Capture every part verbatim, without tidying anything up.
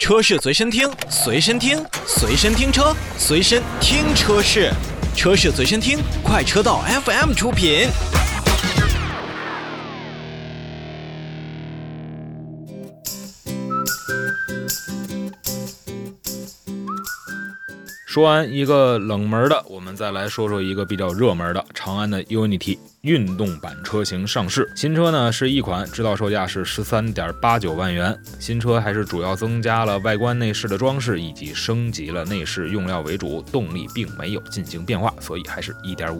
车是随身听，随身听，随身听车，随身听车是，车是随身听，快车道 F M 出品。 说完一个冷门的，我们再来说说一个比较热门的，长安的 Unity 运动版车型上市。新车呢是一款，指导售价是 十三点八九万元。新车还是主要增加了外观内饰的装饰，以及升级了内饰用料为主，动力并没有进行变化，所以还是 一点五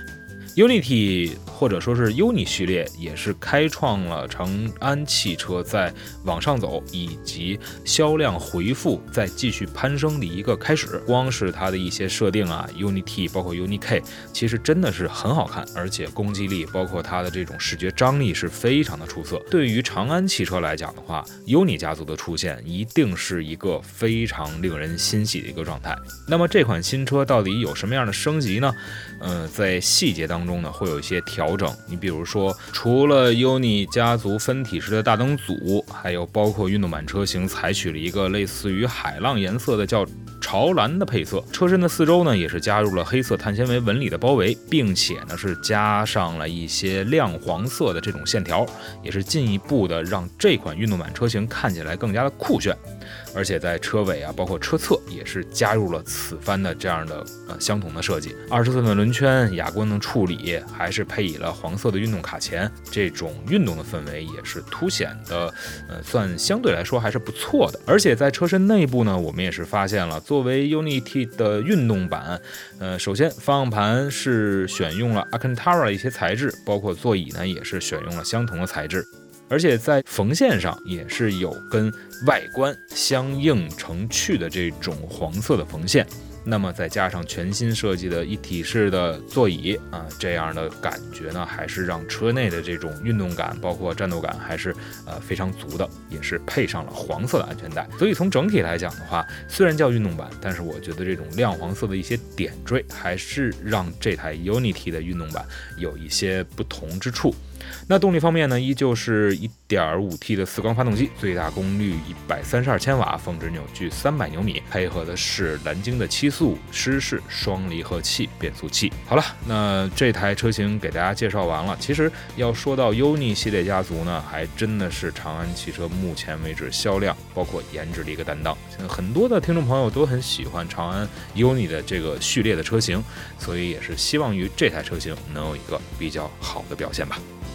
T。Unity 或者说是 Uni 系列也是开创了长安汽车在往上走以及销量回复再继续攀升的一个开始。光是它的一些设定啊 Unity 包括 Uni K 其实真的是很好看，而且攻击力包括它的这种视觉张力是非常的出色。对于长安汽车来讲的话， Uni 家族的出现一定是一个非常令人欣喜的一个状态。那么这款新车到底有什么样的升级呢？呃，在细节当中呢会有一些调整。你比如说，除了 Uni 家族分体式的大灯组，还有包括运动版车型采取了一个类似于海浪颜色的叫潮蓝的配色，车身的四周呢也是加入了黑色碳纤维纹理的包围，并且呢是加上了一些亮黄色的这种线条，也是进一步的让这款运动版车型看起来更加的酷炫。而且在车尾啊包括车侧也是加入了此番的这样的呃相同的设计，二十寸的轮圈，哑光的处理，还是配以了黄色的运动卡钳，这种运动的氛围也是凸显的呃算相对来说还是不错的。而且在车身内部呢，我们也是发现了作为 Unity 的运动版，呃首先方向盘是选用了 Alcantara 的一些材质，包括座椅呢也是选用了相同的材质，而且在缝线上也是有跟外观相映成趣的这种黄色的缝线。那么再加上全新设计的一体式的座椅啊，这样的感觉呢，还是让车内的这种运动感包括战斗感还是呃非常足的，也是配上了黄色的安全带。所以从整体来讲的话，虽然叫运动版，但是我觉得这种亮黄色的一些点缀还是让这台 Unity 的运动版有一些不同之处。那动力方面呢，依旧是 一点五 T 的四缸发动机，最大功率一百三十二千瓦，峰值扭矩三百牛米，配合的是蓝鲸的七速湿式双离合器变速器。好了，那这台车型给大家介绍完了。其实要说到 Uni 系列家族呢，还真的是长安汽车目前为止销量包括颜值的一个担当。很多的听众朋友都很喜欢长安 Uni 的这个序列的车型，所以也是希望于这台车型能有一个比较好的表现吧。